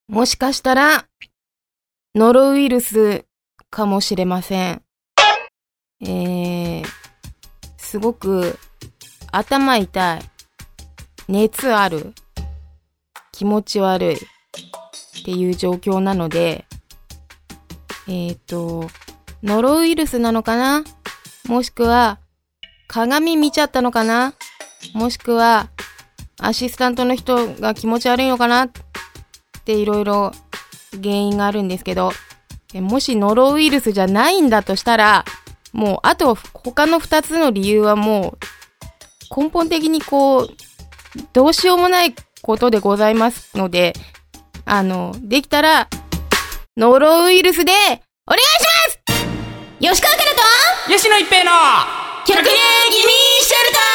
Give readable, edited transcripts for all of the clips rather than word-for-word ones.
もしかしたら、ノロウイルスかもしれません。すごく頭痛い、熱ある、気持ち悪いっていう状況なので、ノロウイルスなのかな？もしくは、鏡見ちゃったのかな？もしくは、アシスタントの人が気持ち悪いのかなっていろいろ原因があるんですけど、もしノロウイルスじゃないんだとしたら、もうあと他の2つの理由はもう根本的にどうしようもないことでございますので、できたらノロウイルスでお願いします。吉川からと吉野一平の 100年ギミシェルタ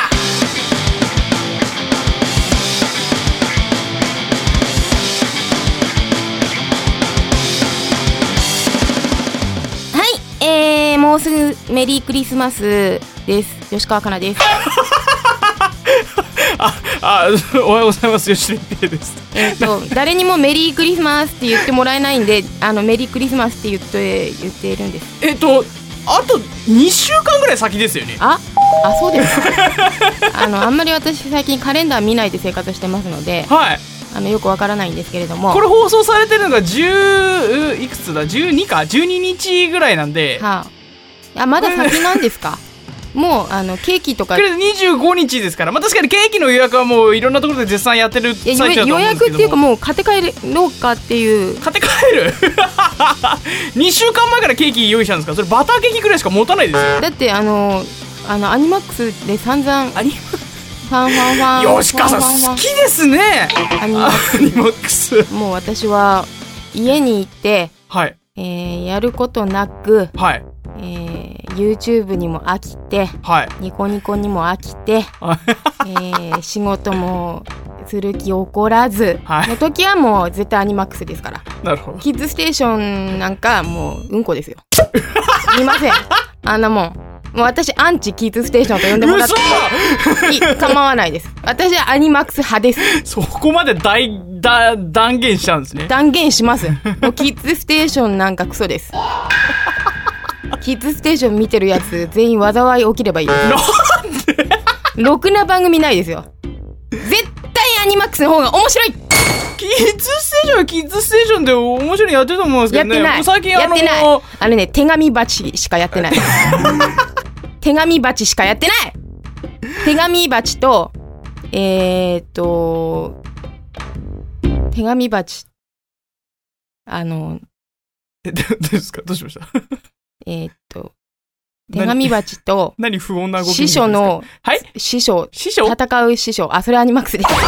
ー。もうすぐメリークリスマスです。吉川かなですおはようございます。吉野一平です。 誰にもメリークリスマスって言ってもらえないんで、メリークリスマスって言っているんです。 あと2週間ぐらい先ですよね。 そうですかあんまり私最近カレンダー見ないで生活してますので、 はい、 よくわからないんですけれども、 これ放送されてるのが10いくつだ12か12日ぐらいなんで、 まだ先なんですかもうケーキとか 25日ですから、確かにケーキの予約はもういろんなところで絶賛やってる最中だと思うんですけども、 予約っていうかもう買って帰ろうかっていう。 買って帰る2週間前からケーキ用意したんですか？それバターケーキくらいしか持たないですよ。 だってアニマックスで散々ファン吉川さん好きですね。アニマックスもう私は家に行って、 はい、 やることなく、 はい、 YouTube にも飽きて、 はい、 ニコニコにも飽きて、仕事もする気起こらず、の時はもう絶対アニマックスですから。 なるほど。 キッズステーションなんかもううんこですよすいません、あんなもう私アンチキッズステーションと呼んでもらって構わないです。私はアニマックス派です。 そこまで断言しちゃうんですね。 断言します。もうキッズステーションなんかクソですキッズステーション見てるやつ全員災い起きればいいです。 なんでろくな番組ないですよ。絶対アニマックスの方が面白い。 キッズステーションはキッズステーションで面白いやってると思うんですけどね。 やってない。 最近やってない。手紙鉢しかやってない手紙鉢しかやってない。手紙鉢と手紙鉢どうですか？どうしました手紙鉢と何不穏な動き師匠の、 はい、 師匠戦う師匠、それアニマックスです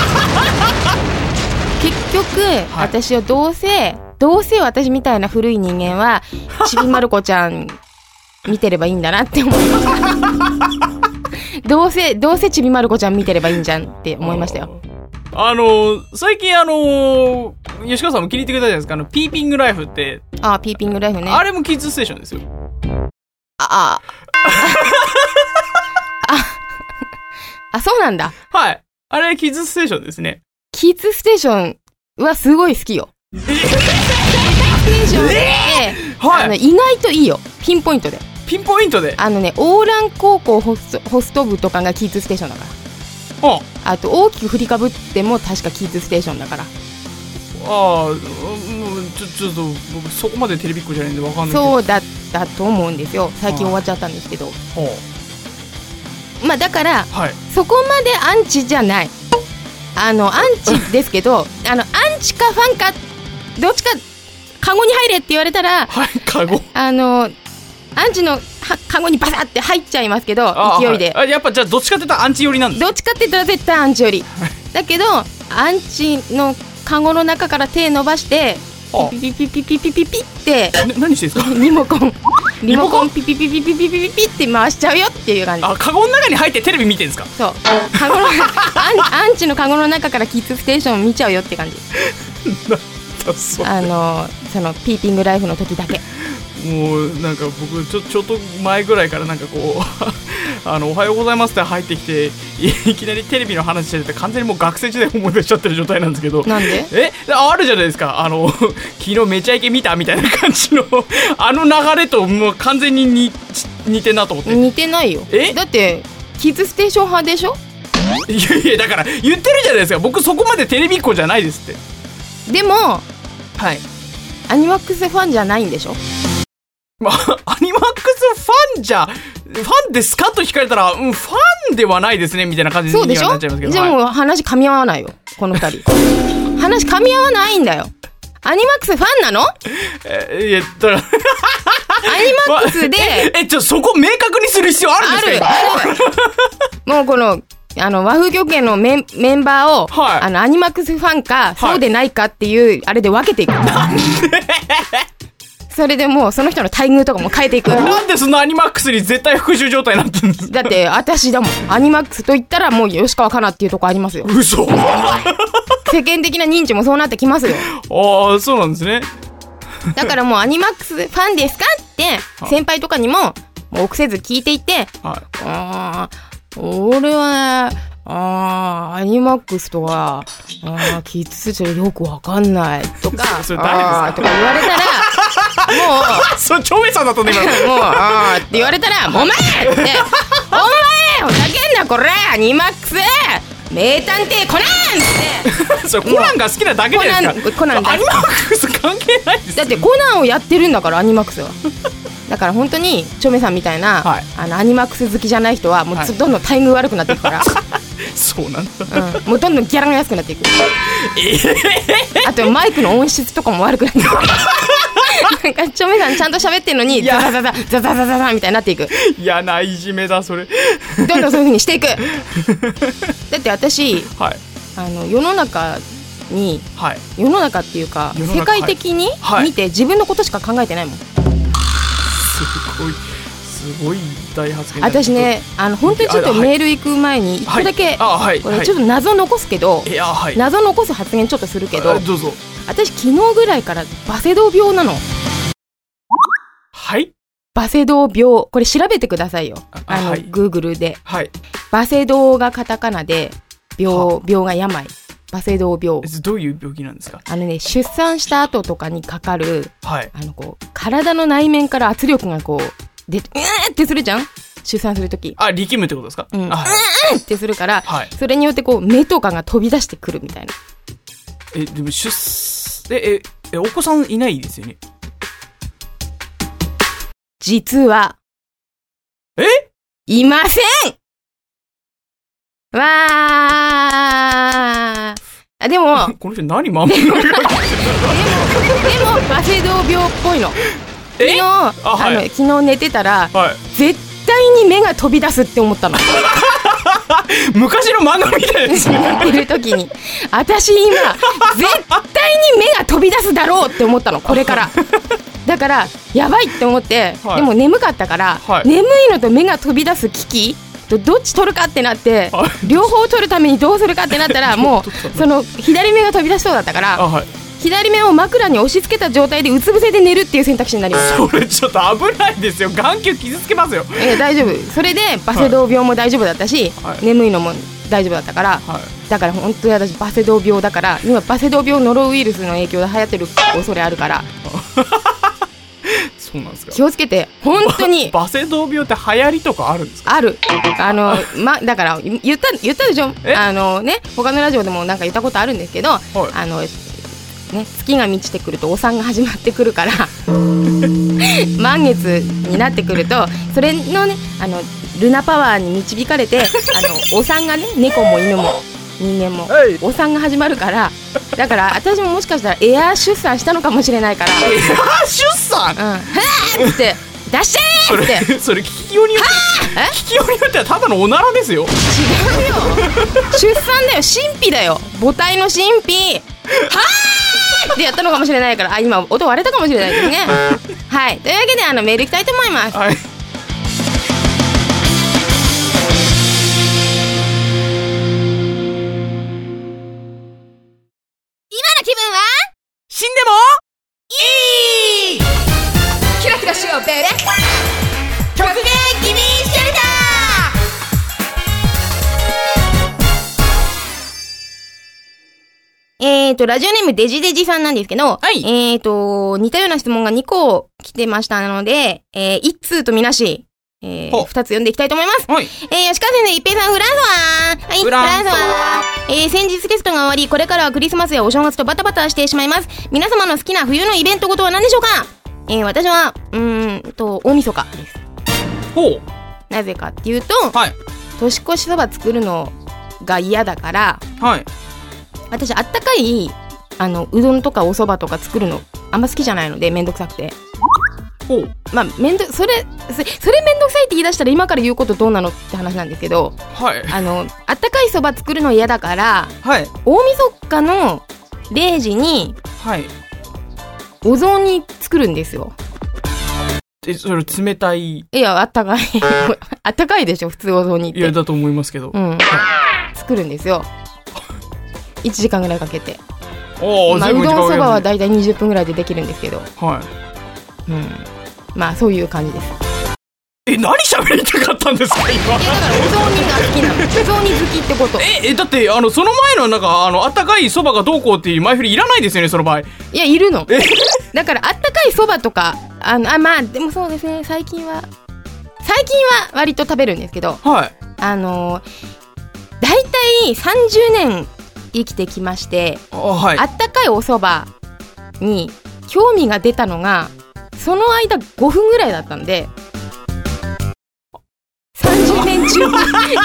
結局、はい、私はどうせ私みたいな古い人間はちびまる子ちゃん見てればいいんだなって思いましたどうせちびまる子ちゃん見てればいいんじゃんって思いましたよ。 最近吉川さんも気に入ってくれたじゃないですか、ピーピングライフって。 ピーピングライフね。 あれもキッズステーションですよ。 そうなんだ。 はい。あれキッズステーションですね。 キッズステーションはすごい好きよ。キッズステーションって、はい、意外といいよ。ピンポイントで。オーラン高校ホスト部とかがキッズステーションだから。あと大きく振りかぶっても確かキッズステーションだから。 ちょっと僕そこまでテレビっ子じゃないんで分かんないけど。そうだったと思うんですよ。最近終わっちゃったんですけど。だから、はい、そこまでアンチじゃない。アンチですけどアンチかファンかどっちかカゴに入れって言われたら、 はい、カゴアンチのカゴにバサって入っちゃいますけど、勢いで、 はい、やっぱじゃあどっちかって言ったらアンチ寄りなんですか？ どっちかって言ったら絶対アンチ寄りだけど、アンチのカゴの中から手伸ばしてピピピピピピピピって何してるんですか？ リモコンピピピピピピピピって回しちゃうよっていう感じ。 カゴの中に入ってテレビ見てるんですか？ そう、アンチのカゴの中からキッズステーション見ちゃうよって感じそのピーピングライフの時だけ。 もうなんか僕ちょっと前ぐらいからなんかこうおはようございますって入ってきて いきなりテレビの話してて完全にもう学生時代思い出しちゃってる状態なんですけど。 なんで？ あるじゃないですか、昨日めちゃイケ見たみたいな感じの流れともう完全に似てんなと思って。 似てないよ。だってキッズステーション派でしょ。 いやいや、だから言ってるじゃないですか、僕そこまでテレビっ子じゃないですって。 でもはい、 アニマックスファンじゃないんでしょ。 まあ、アニマックスファンですかと聞かれたら、ファンではないですねみたいな感じにはなっちゃいますけど。 じゃあもう話噛み合わないよこの二人話噛み合わないんだよ。アニマックスファンなの？ いや、だからアニマックスでそこ明確にする必要あるんですか？ あるもうこの和風曲芸のメンバーを、はい、アニマックスファンか、そうでないかっていうあれで分けていく。それでもうその人の待遇とかも変えていく。 なんでそのアニマックスに絶対復讐状態になってるんですか？ だって私だもん。アニマックスと言ったらもう吉川かなっていうとこありますよ。 嘘。 世間的な認知もそうなってきますよ。 ああ、そうなんですね。 だからもうアニマックスファンですかって先輩とかにももう臆せず聞いていて、はい、俺はね、アニマックスとかキッズステーションよくわかんないとかそれ誰ですかとか言われたらもうそれ長兵衛さんだったんだ今。 もうって言われたらお前ってお前ふざけんなこれアニマックス名探偵コナンってそれコナンが好きなだけじゃないですか。 コナンアニマックス関係ないです。 だってコナンをやってるんだからアニマックスは。だから本当にチョメさんみたいな、はい、アニマックス好きじゃない人はもう、はい、どんどん待遇悪くなっていくからそうなんだ、 もうどんどんギャラが安くなっていく。あとマイクの音質とかも悪くなっていく。なんかチョメさんちゃんと喋ってるのにザザザザザザザザザみたいになっていく。 嫌ないじめだそれ。 どんどんそういう風にしていく。だって私、はい、世の中に、はい、世の中っていうか世界的に見て自分のことしか考えてないもん。 すごい大発言。 私ね、本当にちょっとメール行く前に一個だけ、これちょっと謎残すけど、謎残す発言ちょっとするけど、 どうぞ。 私昨日ぐらいからバセドウ病なの。 はい。 バセドウ病、これ調べてくださいよ。Google で。はい。バセドウがカタカナで、病が病。バセドウ病。 どういう病気なんですか？ 出産した後とかにかかる、 はい、 体の内面から圧力がこう、ってするじゃん？出産するとき。 力むってことですか？ ってするから、はい、それによってこう、目とかが飛び出してくるみたいな。 でもお子さんいないですよね？ 実は。いません！わー。でもこの人何守るの？でもバセドウ病っぽいの。昨日寝てたら、はい、絶対に目が飛び出すって思ったの。 昔の漫画みたいですね。 寝てる時に私今絶対に目が飛び出すだろうって思ったの、これから。だからやばいって思って、はい、でも眠かったから、はい、眠いのと目が飛び出す危機どっち取るかってなって、はい、両方取るためにどうするかってなったらもうその左目が飛び出しそうだったから、はい、左目を枕に押し付けた状態でうつ伏せで寝るっていう選択肢になります。 それちょっと危ないですよ。眼球傷つけますよ。 大丈夫。それでバセドウ病も大丈夫だったし、はい、眠いのも大丈夫だったから、はい、だから本当に私バセドウ病だから、今バセドウ病ノロウイルスの影響で流行ってる恐れあるからそうなんですか。 気をつけて本当に。 バセドウ病って流行りとかあるんですか？ ある。だから言ったでしょ。他のラジオでもなんか言ったことあるんですけど、はい、月が満ちてくるとお産が始まってくるから満月になってくるとそれのねルナパワーに導かれてお産がね、猫も犬も人間もお産が始まるから、だから私ももしかしたらエアー出産したのかもしれないから。エアー出産？ はーって出しちゃえって。 それ聞きようによってはただのおならですよ。違うよ。出産だよ。神秘だよ。母体の神秘。はーってやったのかもしれないから。今音割れたかもしれないですね。はい。というわけでメールいきたいと思います。はい。気分は死んでもいい。キラキラしようベイベー。極限気味シェルター。 ラジオネームデジデジさんなんですけど、 はい。 似たような質問が2個来てましたので、1通とみなし、2つ読んでいきたいと思います。 はい。 吉川先生、一平さん、フランソワはい、 フランソワ先日テストが終わり、これからはクリスマスやお正月とバタバタしてしまいます。皆様の好きな冬のイベントごとは何でしょうか？私は、大晦日です。 ほう。 なぜかっていうと、 はい。 年越しそば作るのが嫌だから、 はい。 私、あったかい、うどんとかおそばとか作るの、あんま好きじゃないので、めんどくさくて。 ほう。 まあ、それめんどくさいって言い出したら今から言うことどうなのって話なんですけど、 はい。 あったかいそば作るの嫌だから、 はい。 大晦日の0時に、 はい。 お雑煮作るんですよ。 それ冷たい。 いや、あったかい。あったかいでしょ、普通お雑煮って。 いや、だと思いますけど。 うん。作るんですよ。1時間ぐらいかけて。 おー、 まあ、うどんそばはだいたい20分ぐらいでできるんですけど。 はい。 うん。まあ、そういう感じです。 何喋りたかったんですか、今。 いや、だからお雑煮が好きなの。お雑煮好きってこと。 だって、その前のなんか、あったかいそばがどうこうっていう前振りいらないですよね、その場合。 いや、いるの。だから、あったかいそばとか、まあ、でもそうですね、最近は割と食べるんですけど、 はい。 だいたい30年生きてきまして、 はい。 あったかいおそばに興味が出たのが、その間5分ぐらいだったんで、30年中ト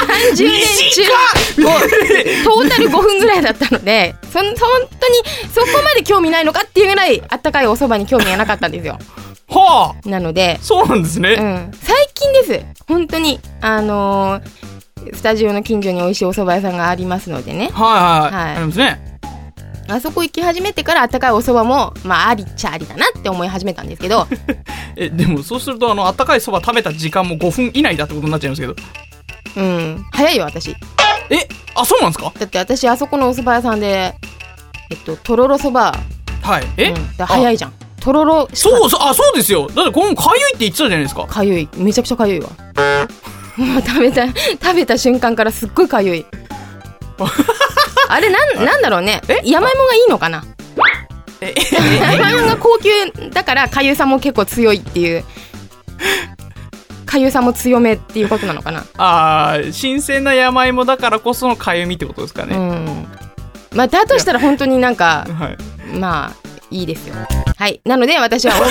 ータル5分ぐらいだったので、本当にそこまで興味ないのかっていうぐらいあったかいおそばに興味がなかったんですよ。 はあ。 なので、 そうなんですね。 うん、最近です。本当にスタジオの近所に美味しいお蕎麦屋さんがありますのでね。 はい。 はいありますね。 あそこ行き始めてからあったかいお蕎麦もまあありっちゃありだなって思い始めたんですけど。 でもそうするとあったかい蕎麦食べた時間も5分以内だってことになっちゃいますけど。 うん、早いよ私。 そうなんですか？ だって私あそこのお蕎麦屋さんでとろろ蕎麦。はい。早いじゃん。とろろ。 そうですよ。だってこのかゆいって言ってたじゃないですか。 かゆい、めちゃくちゃかゆいわ。もう食べた瞬間からすっごいかゆい。あれなんだろうね。山芋がいいのかな。山芋が高級だからかゆさも結構強いっていう。かゆさも強めっていうことなのかな。 新鮮な山芋だからこそのかゆみってことですかね。うん。 まあだとしたら本当になんか、 はい、 まあいいですよ。はい。なので私は大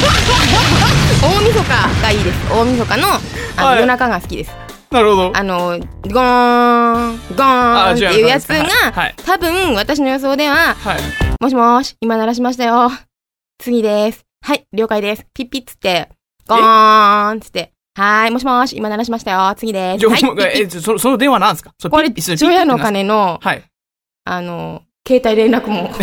晦日がいいです。大晦日の夜中が好きです。 なるほど。 ゴーンっていうやつが、多分私の予想では、もしもーし、今鳴らしましたよ。次です。はい、了解です。ピッピッつって、ゴーンつって、はい、もしもーし、今鳴らしましたよ。次です。はい、 その電話なんですか？ これ、除夜の鐘の、携帯連絡も。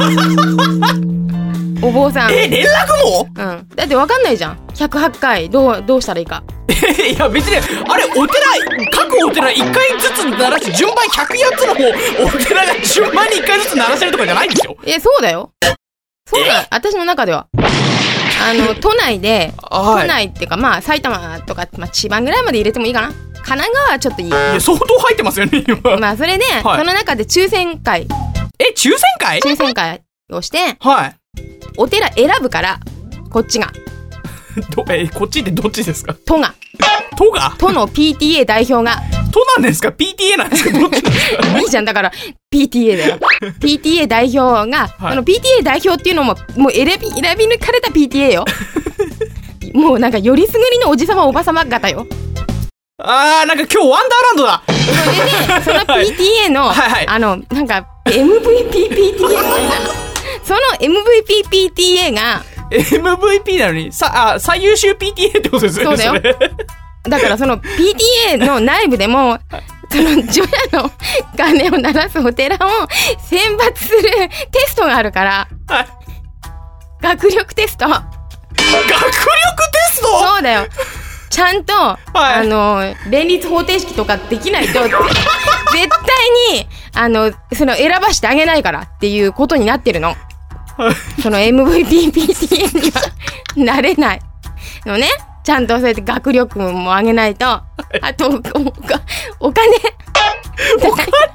お坊さん。 連絡も？ うん。だってわかんないじゃん。108回、どうしたらいいか。 いや別に、あれ、各お寺1回ずつ鳴らして、順番108つの方、お寺が順番に1回ずつ鳴らせるとかじゃないんですよ。 そうだよ。そうだ、私の中では。都内で、都内っていうか、まあ、埼玉とか、まあ、千葉ぐらいまで入れてもいいかな。神奈川はちょっといい。いや、相当入ってますよね、今。 まあ、それで、その中で抽選会。 抽選会？ 抽選会をして、 はい。 お寺選ぶから、こっちが。 こっちってどっちですか？ 都が。都の PTA 代表が。 都なんですか？ PTA なんですか？どっちですか？ いいじゃん、だから PTA だよ。PTA 代表が、PTA 代表っていうのも、もう選び抜かれた PTA よ。もうなんかよりすぐりのおじさまおばさま方よ。 なんか今日ワンダーランドだ。 それで、その PTA の、なんか MVP-PTA みたいな。その MVP-PTA が、 MVP なのに最優秀 PTA ってことですよね。 そうだよ。だからその PTA の内部でもその除夜の鐘を鳴らすお寺を選抜するテストがあるから、学力テスト。 学力テスト？ そうだよ。ちゃんと、連立方程式とかできないと絶対にその選ばしてあげないからっていうことになってるの。その MVP-PTA にはなれないのね。ちゃんとそうやって学力も上げないと。あと、お金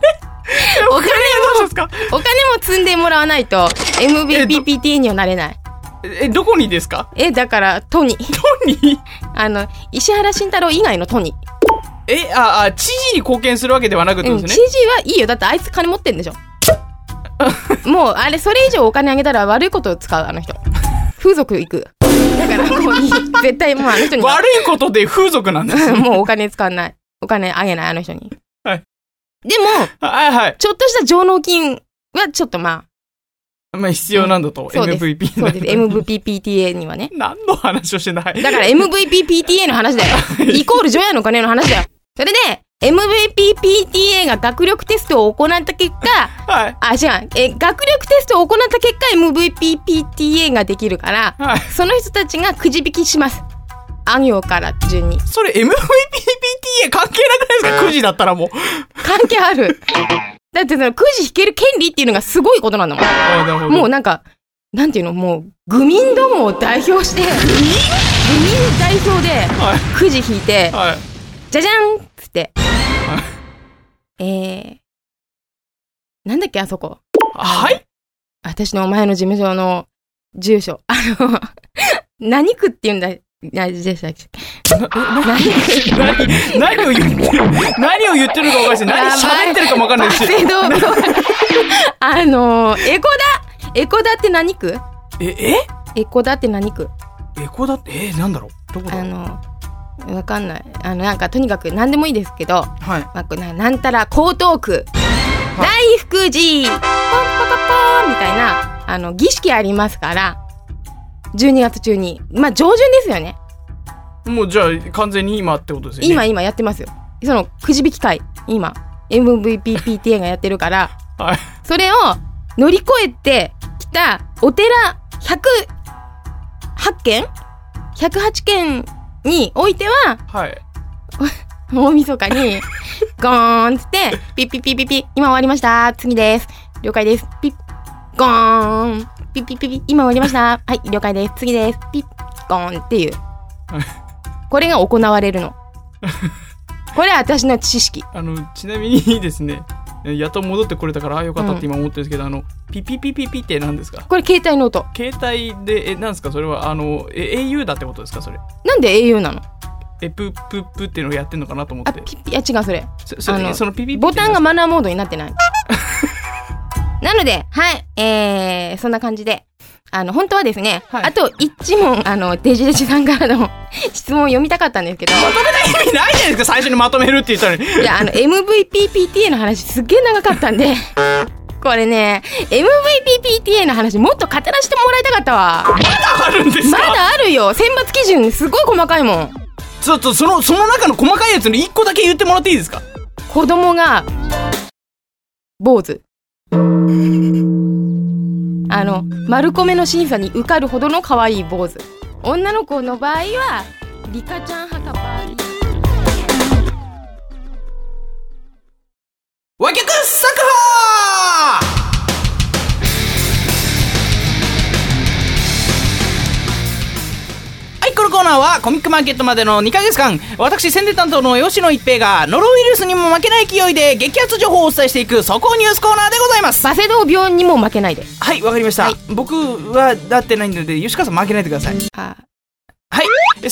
お金どうしたんですか？ お金も積んでもらわないと MVPPTA にはなれない。 どこにですか？ だから都に石原慎太郎以外の都に。 知事に貢献するわけではなくてですね。 知事はいいよ。だってあいつ金持ってんでしょ。もうあれそれ以上お金あげたら悪いことを使うあの人。風俗行く。だからもう絶対もうあの人に悪いことで風俗なんです、ね、 もうお金使わない。お金あげないあの人に。 はい。 でも、 はいはい。 ちょっとした上納金はちょっとまあ必要なんだと、 そうです MVP そうです MVPPTA にはね。 何の話をしてない。 だから MVPPTA の話だよ。イコール除夜の鐘の話だよ。それで MVPPTA が学力テストを行った結果、 はい。 違う。学力テストを行った結果 MVPPTA ができるから、 はい。 その人たちがくじ引きします。あ行から順に。 それ MVPPTA 関係なくないですか？くじだったらもう。 関係ある。だってそのくじ引ける権利っていうのがすごいことなんだもん。 なるほど。 もうなんか、なんていうの、もう、愚民どもを代表して、愚民代表で、くじ引いて、 はい。 じゃじゃんっつって、なんだっけあそこ。 はい？ 私の前の事務所の住所。何区って言うんだ。何でしたっけ？ 何を言ってるか分かんないし、何喋ってるかも分かんないし。エコダって何区？エコダって何区？ エコダってなんだろう？どこだ？ わかんない。なんかとにかく何でもいいですけど、 はい。 まあ、なんたら江東区、大福寺、ポンポコポーンみたいな儀式ありますから、12月中に、まあ上旬ですよね。 もうじゃあ完全に今ってことですよね。 今やってますよ。そのくじ引き会、今 MVPPTA がやってるから、 はい。 それを乗り越えてきたお寺108件においては、 はい。 大晦日にゴーンつってピッピッピッピッピッ今終わりました次です了解ですピッゴーンピッピッピッピッ今終わりましたはい了解です次ですピッゴーンっていうこれが行われるの。これは私の知識。 ちなみにですね、やっと戻ってこれたからよかったって今思ってるんですけど、ピピピピピって何ですか？これ携帯の音。 携帯で何ですかそれはau だってことですかそれ？ なんで au なの？ プププっていうのをやってんのかなと思って。 いや違うそれ。 そのピピピボタンがマナーモードになってない。なのではいそんな感じで。本当はですね、はい、あと一問デジデジさんからの質問を読みたかったんですけど、 まとめた意味ないじゃないですか。最初にまとめるって言ったのに。 いやMVPPTA の話すっげえ長かったんでこれね MVPPTA の話もっと語らせてもらいたかったわ。 まだあるんですか？ まだあるよ。選抜基準すごい細かいもん。 ちょっとその中の細かいやつの1個だけ言ってもらっていいですか？ 子供が坊主、丸米の審査に受かるほどの可愛い坊主。女の子の場合はリカちゃん派かバービー。 和曲作法。このコーナーはコミックマーケットまでの2ヶ月間、私宣伝担当の吉野一平がノロウイルスにも負けない勢いで激アツ情報をお伝えしていく速報ニュースコーナーでございます。 バセドウ病にも負けないで。 はい、わかりました、はい、僕はなってないので吉川さん負けないでください。はい、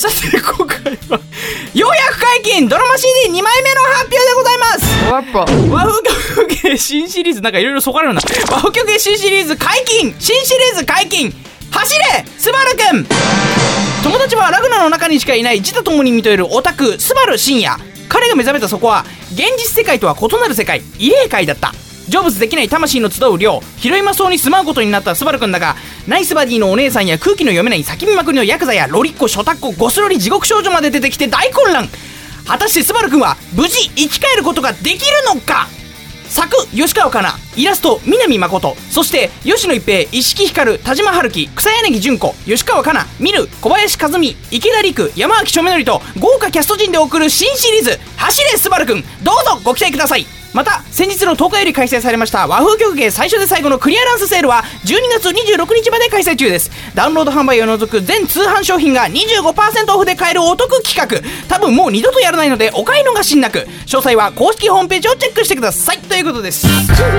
さて今回はようやく解禁ドラマ CD2 枚目の発表でございます。和風曲芸新シリーズなんかいろいろそかれるな。和風曲芸新シリーズ解禁。新シリーズ解禁。走れスバルくん。友達はラグナの中にしかいない自他ともに認めるオタクスバル深夜。彼が目覚めたそこは現実世界とは異なる世界、異霊界だった。成仏できない魂の集う量、拾いまそうに住まうことになったスバルくんだが、ナイスバディのお姉さんや空気の読めない叫びまくりのヤクザやロリッコ、ショタッコ、ゴスロリ地獄少女まで出てきて大混乱。果たしてスバルくんは無事生き返ることができるのか。作吉川かな、イラスト南誠、そして吉野一平、石木ひかる、田島春樹、草柳純子、吉川かな、見る小林和美、池田陸、山脇しょめのりと豪華キャスト陣で送る新シリーズ走れスバルくん、どうぞご期待ください。 また先日の10日より開催されました和風曲芸最初で最後のクリアランスセールは12月26日まで開催中です。ダウンロード販売を除く全通販商品が 25% オフで買えるお得企画、多分もう二度とやらないのでお買い逃しなく。詳細は公式ホームページをチェックしてくださいということです。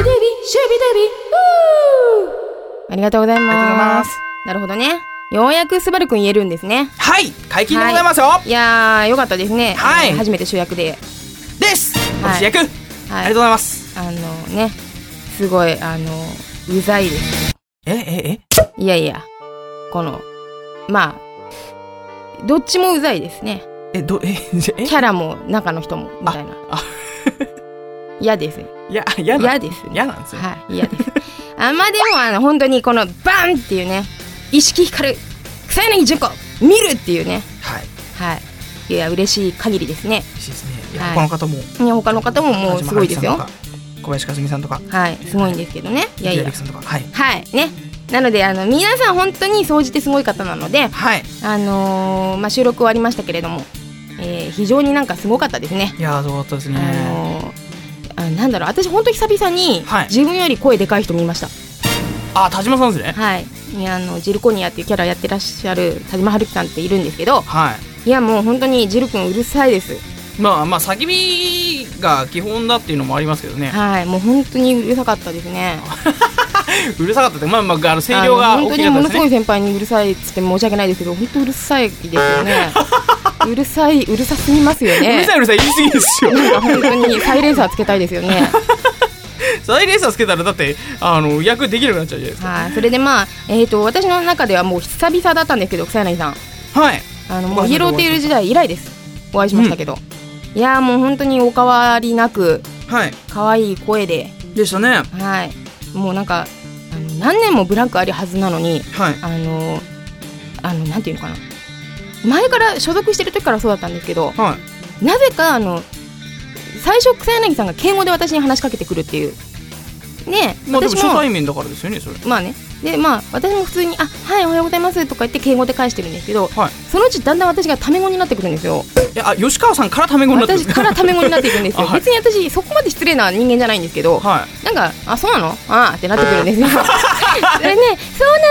ありがとうございます。なるほどね、ようやくスバルくん言えるんですね。 はい、解禁でございますよ。 はい、いやーよかったですね。 はい、 初めて主役でです。 はい、 主役、はい、ありがとうございます。 ね、すごい、うざいです。いやいや、まあ、どっちもうざいですね。キャラも中の人も、みたいな。嫌です。嫌です。 嫌なんですよ。 はい、嫌です。まあでも、本当にこのバンっていうね、意識光る、草柳純子、見るっていうね。はい。はい。いや、嬉しい限りですね。 嬉しいですね。いや、他の方も。 いや、他の方ももうすごいですよ。 小林かすみさんとか。 はい、すごいんですけどね。いやいや。 はい。 はい、ね。なので、皆さん本当に総じてすごい方なので、 はい。 まあ、収録終わりましたけれども、非常になんかすごかったですね。 いや、すごかったですね。 なんだろう、私本当久々に自分より声でかい人見ました。 田島さんですね。 はい。ジルコニアっていうキャラやってらっしゃる田島春樹さんっているんですけど、 はい。 いやもう本当にジル君うるさいです。 まあ叫びが基本だっていうのもありますけどね。 はい、もう本当にうるさかったですね。 うるさかったって、声量が大きかったですね。 本当にものすごい先輩にうるさいっつって申し訳ないですけど、本当うるさいですよね。うるさすぎますよね。 うるさい言い過ぎですよ。 なんか本当にサイレンサーつけたいですよね。 サイレンサーつけたらだって役できなくなっちゃうじゃないですか。 はい、それで私の中ではもう久々だったんですけど、草柳さん。はい。もうヒーローテール時代以来です。お会いしましたけど。いやもう本当にお変わりなく、はい。可愛い声で。 でしたね。 はい。もうなんか何年もブランクあるはずなのに、はい。なんていうのかな。前から所属してる時からそうだったんですけど、はい。なぜか最初草柳さんが敬語で私に話しかけてくるっていうね。 まあでも初対面だからですよね、それ。 まあね。で私も普通にはいおはようございますとか言って敬語で返してるんですけど、はい、そのうちだんだん私がタメ語になってくるんですよ。 吉川さんからタメ語になってくる。 私からタメ語になっていくんですよ。はい、別に私そこまで失礼な人間じゃないんですけど、はい、なんかそうなのってなってくるんですよ。それね、そうなのかなちゃん聞いて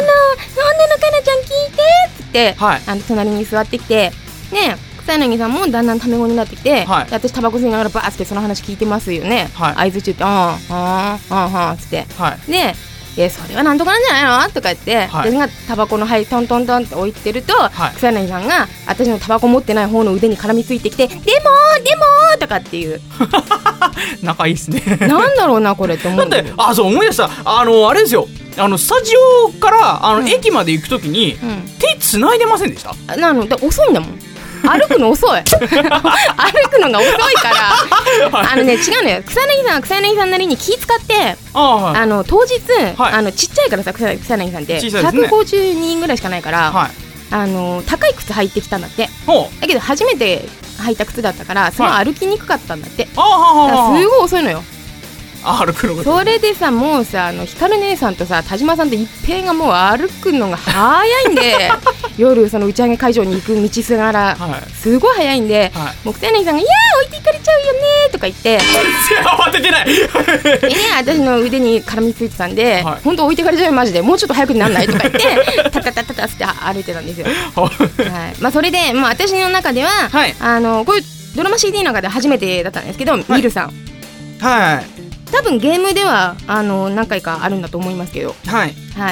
っつって、はい、隣に座ってきてね。草柳さんもだんだんタメ語になってきて、はい、私タバコ吸いながらバーってその話聞いてますよね。はい、相づちってつって、はい、でそれはなんとかなんじゃないのとか言って、はい、私がタバコの灰トントントンって置いてると、はい、草柳さんが私のタバコ持ってない方の腕に絡みついてきて、でもとかっていう仲いいっすね。 なんだろうなこれって思うんだって。そう思い出した。あれですよ、スタジオから駅まで行くときに、手繋いでませんでした？ 遅いんだもん。歩くの遅い。歩くのが遅いから違うのよ。草柳さんは草柳さんなりに気使って、はい、当日、はい、ちっちゃいからさ、草柳さんって150人ぐらいしかないから、はい、高い靴履いてきたんだって。だけど初めて履いた靴だったからすごい歩きにくかったんだって。だからすごい遅いのよ。 歩くのがそれでさ、もうさ光姉さんとさ田島さんと一平がもう歩くのが早いんで夜その打ち上げ会場に行く道すがら、はい、すごい早いんで、はい、もう草柳さんがいやー置いていかれちゃうよねとか言って慌ててない私の腕に絡みついてたんで、はい、本当置いていかれちゃうよマジで、もうちょっと早くなんないとか言ってタタタタタって歩いてたんですよ。はい、それで、私の中では、はい、こういうドラマ CD の中で初めてだったんですけど、はい、ミルさん、はい、多分ゲームでは何回かあるんだと思いますけど、はいはい、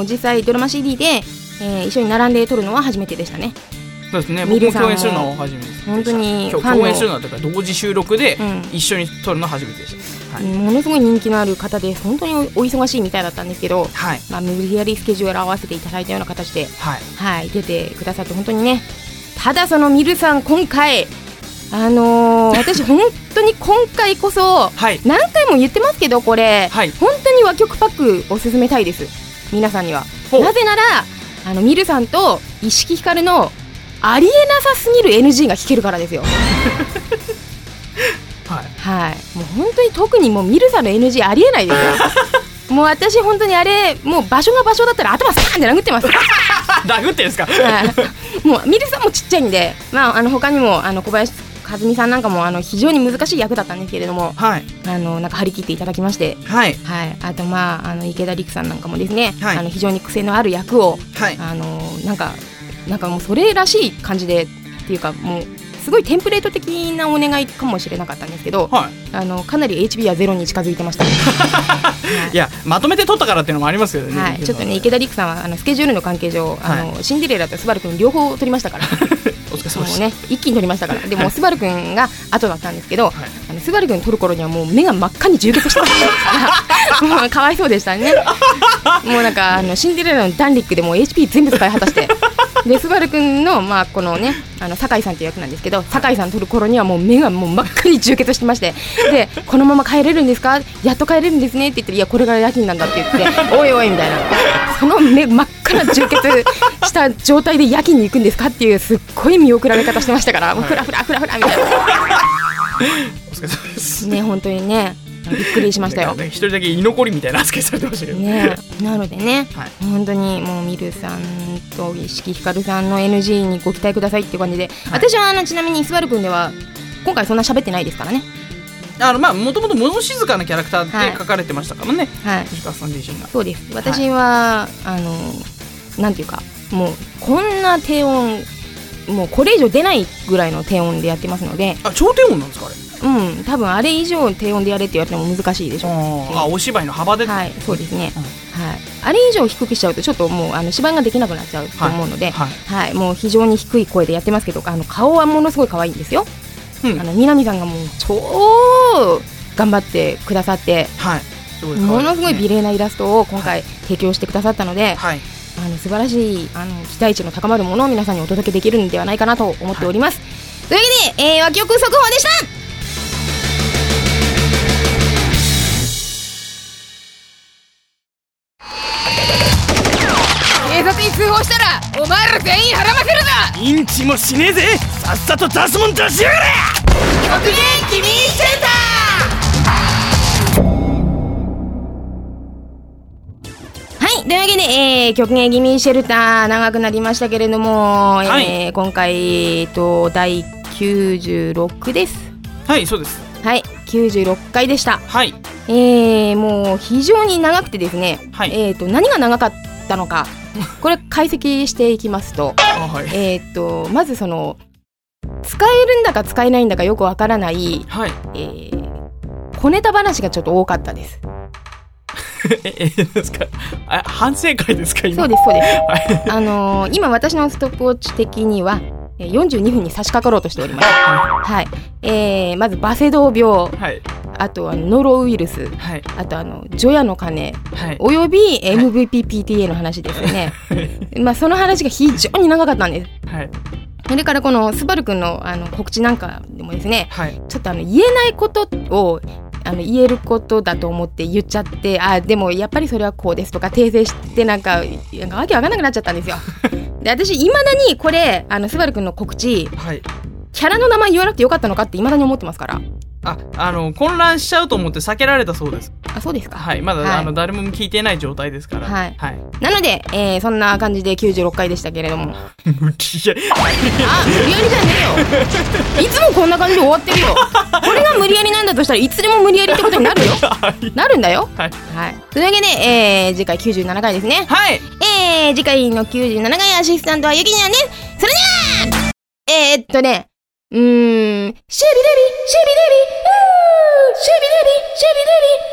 実際ドラマ CD で、一緒に並んで撮るのは初めてでしたね。 そうですね、僕も共演するのは初めてです。 本当に共演するのはというか同時収録で一緒に撮るのは初めてでした、はい、 ものすごい人気のある方で本当にお忙しいみたいだったんですけど、はい、無理やりスケジュール合わせていただいたような形で、はいはい、出てくださって本当にね。ただそのミルさん今回私本当に今回こそ、はい、何回も言ってますけどこれ、はい、本当に和曲パックを勧めたいです皆さんには。なぜならミルさんと石木ひかるのありえなさすぎる NG が聞けるからですよ。はいはい、もう本当に特にもうミルさんの NG ありえないですよ。もう私本当にあれもう場所が場所だったら頭スパーンって殴ってます。 殴ってんですか？ はい、もうミルさんもちっちゃいんで、他にも小林和美さんなんかも非常に難しい役だったんですけれども、 はい、 なんか張り切っていただきまして、 はいはい、あと池田陸さんなんかもですね、 はい、 非常に癖のある役を、 はい、 なんかもうそれらしい感じでっていうか、もうすごいテンプレート的なお願いかもしれなかったんですけど、はい、かなり HB はゼロに近づいてました、ねはい、 いやまとめて撮ったからっていうのもありますよね、 はい、ちょっとね池田陸さんはスケジュールの関係上、はい、シンデレラとスバル君両方撮りましたからお疲れ様でした。 もうね一気に撮りましたから。でもスバル君が後だったんですけど、はい、スバル君撮る頃にはもう目が真っ赤に充血してましたからもうかわいそうでしたねもうなんかシンデレラのダンリックでもう HP 全部使い果たしてでスバル君の、このね酒井さんという役なんですけど、酒井さん撮る頃にはもう目がもう真っ赤に充血してまして、でこのまま帰れるんですか、やっと帰れるんですねって言って、いやこれから夜勤なんだって言っておいおいみたいな、その目真っ赤な充血した状態で夜勤に行くんですかっていうすっごい見送られ方してましたから、もうフラフラフラフラみたいなお疲れ様ですね、本当にねびっくりしましたよ。 一人だけ居残りみたいな扱いされてましたけどね。 なのでね、はい、本当にもうミルさんと石木ひかるさんの NG にご期待くださいっていう感じで、はい、私はちなみにスバル君では今回そんな喋ってないですからね。 もともと物静かなキャラクターで書かれてましたからね、はい、石川さん自身が。 そうです。私は、なんていうか、もうこんな低音、もうこれ以上出ないぐらいの低音でやってますので。 超低音なんですかあれ。 多分あれ以上低音でやれって言われても難しいでしょう。 お芝居の幅で。 はい、そうですね、はい、あれ以上低くしちゃうとちょっともう芝居ができなくなっちゃうと思うので、はいもう非常に低い声でやってますけど、顔はものすごい可愛いんですよ。南さんがもう超頑張ってくださって、はい、ものすごい美麗なイラストを今回提供してくださったので、はい、素晴らしい期待値の高まるものを皆さんにお届けできるんではないかなと思っております、はい、というわけで、和曲速報でした。警察に通報したらお前ら全員払わせるぞ。 インチもしねえぜ、さっさと出すもん出しやがれ。 極限機民センター。はい、というわけで、極限機民シェルター長くなりましたけれども、はい、今回第96です。 はい、そうです。 はい、96回でした。はい、もう非常に長くてですね、はい、何が長かったのかこれ解析していきますと、はい、まずその使えるんだか使えないんだかよくわからない、はい小ネタ話がちょっと多かったです。 ですか、反省会ですか今。 そうですそうです、はい、今私のストップウォッチ的には42分に差し掛かろうとしております。はい、まずバセドウ病、はい、あとノロウイルス、はい、あと除夜の鐘、はい、および MVPPTA の話ですよね、はい、その話が非常に長かったんです、はい、それからこのスバル君の告知なんかでもですね、はい、ちょっと言えないことを言えることだと思って言っちゃって、でもやっぱりそれはこうですとか訂正してなんかわけわかんなくなっちゃったんですよで私いまだにこれスバル君の告知、はい、キャラの名前言わなくてよかったのかっていまだに思ってますから。 混乱しちゃうと思って避けられたそうです。 そうですか。 はい、まだ、はい、誰も聞いてない状態ですから。はい。はい、 なので、そんな感じで96回でしたけれども。 無理やり。無理やりじゃねえよ。いつもこんな感じで終わってるよ。これが無理やりなんだとしたらいつでも無理やりってことになるよ。はい、なるんだよ。はい。はい。というわけで、次回97回ですね。はい。次回の97回アシスタントはゆきにゃんです。それではシェビデビシェビデビシェビデビシェビデビ